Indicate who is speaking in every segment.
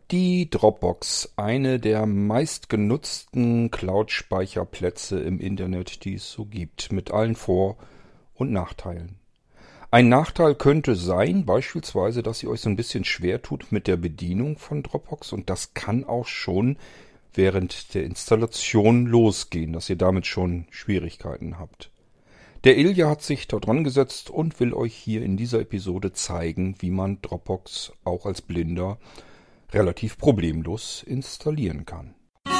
Speaker 1: Die Dropbox, eine der meistgenutzten Cloud-Speicherplätze im Internet, die es so gibt, mit allen Vor- und Nachteilen. Ein Nachteil könnte sein, beispielsweise, dass ihr euch so ein bisschen schwer tut mit der Bedienung von Dropbox, und das kann auch schon während der Installation losgehen, dass ihr damit schon Schwierigkeiten habt. Der Ilja hat sich da dran gesetzt und will euch hier in dieser Episode zeigen, wie man Dropbox auch als Blinder relativ problemlos installieren kann.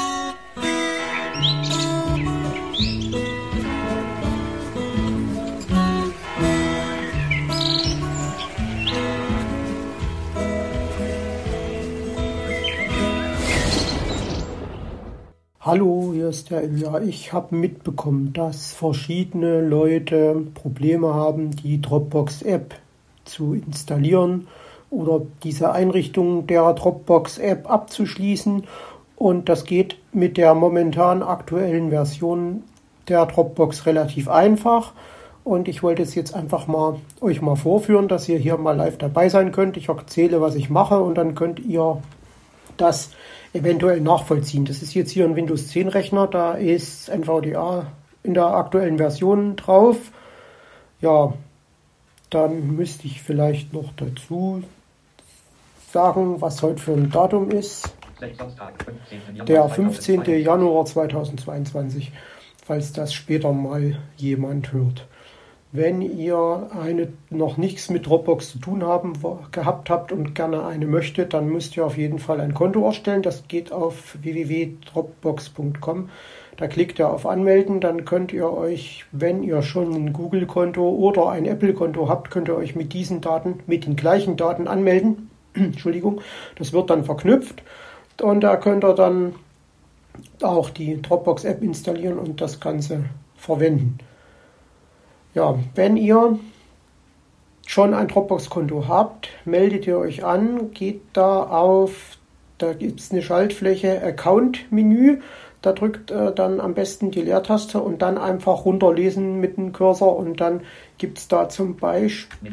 Speaker 2: Hallo, hier ist der Ilja. Ich habe mitbekommen, dass verschiedene Leute Probleme haben, die Dropbox-App zu installieren oder diese Einrichtung der Dropbox-App abzuschließen. Und das geht mit der momentan aktuellen Version der Dropbox relativ einfach. Und ich wollte es jetzt einfach euch mal vorführen, dass ihr hier mal live dabei sein könnt. Ich erzähle, was ich mache, und dann könnt ihr das eventuell nachvollziehen. Das ist jetzt hier ein Windows 10 Rechner, da ist NVDA in der aktuellen Version drauf. Ja, dann müsste ich vielleicht noch dazu sagen, was heute für ein Datum ist. Der 15. Januar 2022, falls das später mal jemand hört. Wenn ihr noch nichts mit Dropbox zu tun gehabt habt und gerne eine möchtet, dann müsst ihr auf jeden Fall ein Konto erstellen. Das geht auf www.dropbox.com. Da klickt ihr auf Anmelden, dann könnt ihr euch, wenn ihr schon ein Google-Konto oder ein Apple-Konto habt, könnt ihr euch mit diesen Daten, mit den gleichen Daten anmelden. Entschuldigung, das wird dann verknüpft, und da könnt ihr dann auch die Dropbox-App installieren und das Ganze verwenden. Ja, wenn ihr schon ein Dropbox-Konto habt, meldet ihr euch an, geht da gibt es eine Schaltfläche Account-Menü, da drückt dann am besten die Leertaste und dann einfach runterlesen mit dem Cursor, und dann gibt es da zum Beispiel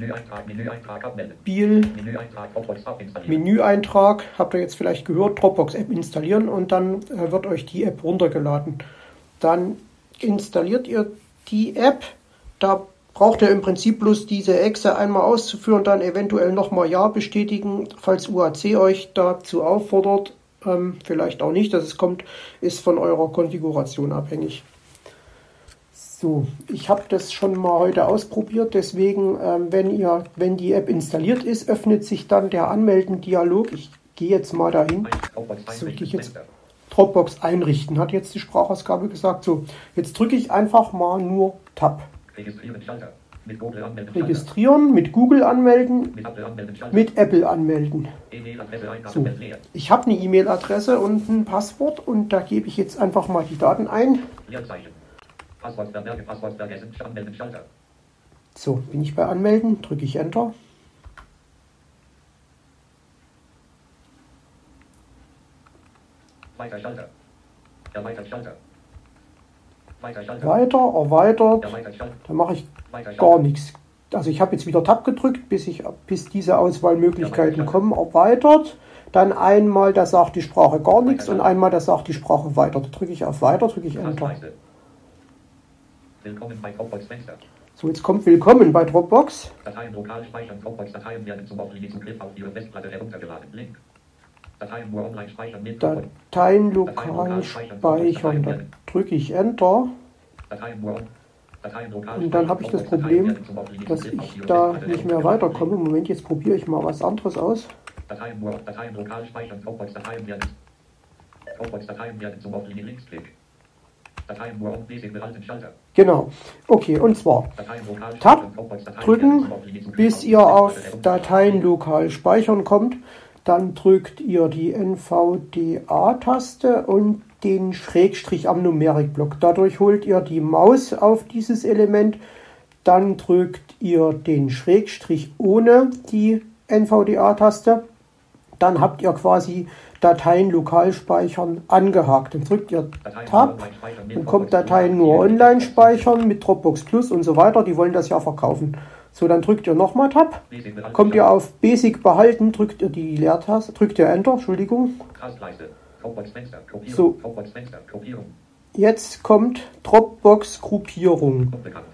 Speaker 2: Menüeintrag, habt ihr jetzt vielleicht gehört, Dropbox-App installieren, und dann wird euch die App runtergeladen. Dann installiert ihr die App. Da braucht ihr im Prinzip bloß diese Exe einmal auszuführen, dann eventuell nochmal Ja bestätigen, falls UAC euch dazu auffordert. Vielleicht auch nicht, ist von eurer Konfiguration abhängig. So, ich habe das schon mal heute ausprobiert, deswegen, wenn die App installiert ist, öffnet sich dann der Anmelden-Dialog. Ich gehe jetzt mal dahin. So, gehe ich jetzt Dropbox einrichten, hat jetzt die Sprachausgabe gesagt. So, jetzt drücke ich einfach mal nur Tab. Registrieren, mit Google anmelden, mit Apple anmelden. So, ich habe eine E-Mail-Adresse und ein Passwort, und da gebe ich jetzt einfach mal die Daten ein. So, bin ich bei Anmelden, drücke ich Enter. Weiter, erweitert, da mache ich gar nichts. Also ich habe jetzt wieder Tab gedrückt, bis diese Auswahlmöglichkeiten kommen, erweitert. Dann einmal, da sagt die Sprache gar nichts, und einmal, da sagt die Sprache weiter. Da drücke ich auf Weiter, drücke ich Enter.
Speaker 3: Willkommen bei Dropbox Fenster.
Speaker 2: So, jetzt kommt Willkommen bei Dropbox.
Speaker 3: Dateien lokal speichern. Dropbox-Dateien werden zum Offline-Zugriff auf Ihre Festplatte heruntergeladen. Link. Dateien nur online speichern mit
Speaker 2: Dateien lokal speichern. Da drücke ich Enter. Und dann habe ich das Problem, dass ich da nicht mehr weiterkomme. Moment, jetzt probiere ich mal was anderes aus.
Speaker 3: Dateien lokal speichern. Dropbox-Dateien werden zum Offline-Linksklick. Dateien nur unbesiegt behalten Schalter.
Speaker 2: Genau. Okay, und zwar Tab drücken, bis ihr auf Dateien lokal speichern kommt. Dann drückt ihr die NVDA-Taste und den Schrägstrich am Numerikblock. Dadurch holt ihr die Maus auf dieses Element. Dann drückt ihr den Schrägstrich ohne die NVDA-Taste. Dann habt ihr quasi Dateien lokal speichern angehakt. Dann drückt ihr Tab, dann kommt Dateien nur online speichern mit Dropbox Plus und so weiter. Die wollen das ja verkaufen. So, dann drückt ihr nochmal Tab. Kommt ihr auf Basic behalten, drückt ihr die Leertaste, drückt ihr Enter, Entschuldigung. So, jetzt kommt Dropbox-Gruppierung.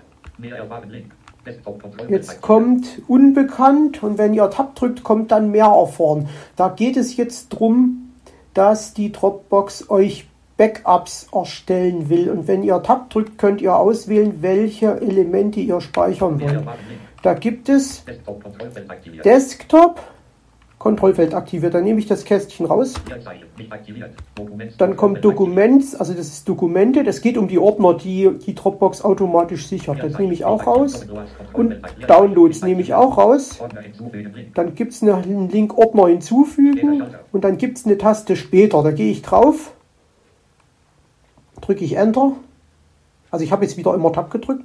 Speaker 2: Jetzt kommt Unbekannt und wenn ihr Tab drückt, kommt dann Mehr erfahren. Da geht es jetzt darum, dass die Dropbox euch Backups erstellen will. Und wenn ihr Tab drückt, könnt ihr auswählen, welche Elemente ihr speichern wollt. Da gibt es Desktop, Kontrollfeld aktiviert. Dann nehme ich das Kästchen raus. Dann kommt Documents, also das ist Dokumente. Das geht um die Ordner, die die Dropbox automatisch sichert. Das nehme ich auch raus. Und Downloads nehme ich auch raus. Dann gibt es einen Link Ordner hinzufügen. Und dann gibt es eine Taste später. Da gehe ich drauf. Drücke ich Enter. Also ich habe jetzt wieder immer Tab gedrückt.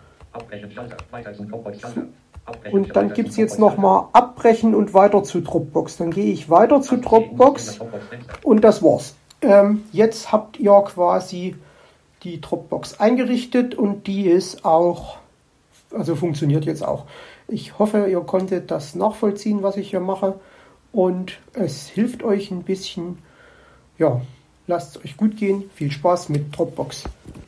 Speaker 2: Und dann gibt es jetzt nochmal Abbrechen und weiter zu Dropbox. Dann gehe ich weiter zu Dropbox und das war's. Jetzt habt ihr quasi die Dropbox eingerichtet und die ist auch, also funktioniert jetzt auch. Ich hoffe, ihr konntet das nachvollziehen, was ich hier mache und es hilft euch ein bisschen. Ja, lasst es euch gut gehen. Viel Spaß mit Dropbox.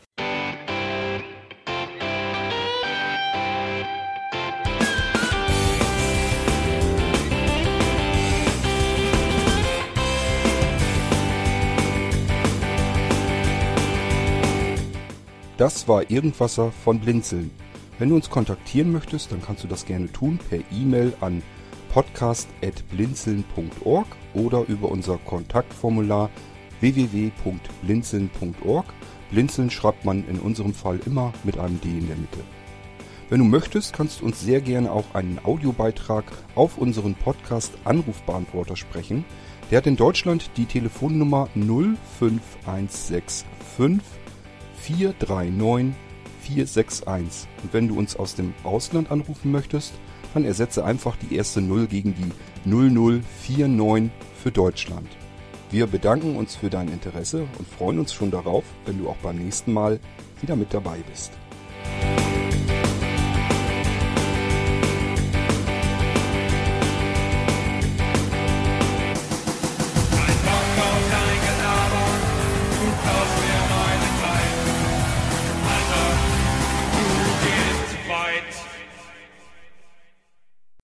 Speaker 1: Das war Irgendwasser von Blinzeln. Wenn du uns kontaktieren möchtest, dann kannst du das gerne tun per E-Mail an podcast@blinzeln.org oder über unser Kontaktformular www.blinzeln.org. Blinzeln schreibt man in unserem Fall immer mit einem D in der Mitte. Wenn du möchtest, kannst du uns sehr gerne auch einen Audiobeitrag auf unseren Podcast-Anrufbeantworter sprechen. Der hat in Deutschland die Telefonnummer 05165 439 461. Und wenn du uns aus dem Ausland anrufen möchtest, dann ersetze einfach die erste 0 gegen die 0049 für Deutschland. Wir bedanken uns für dein Interesse und freuen uns schon darauf, wenn du auch beim nächsten Mal wieder mit dabei bist.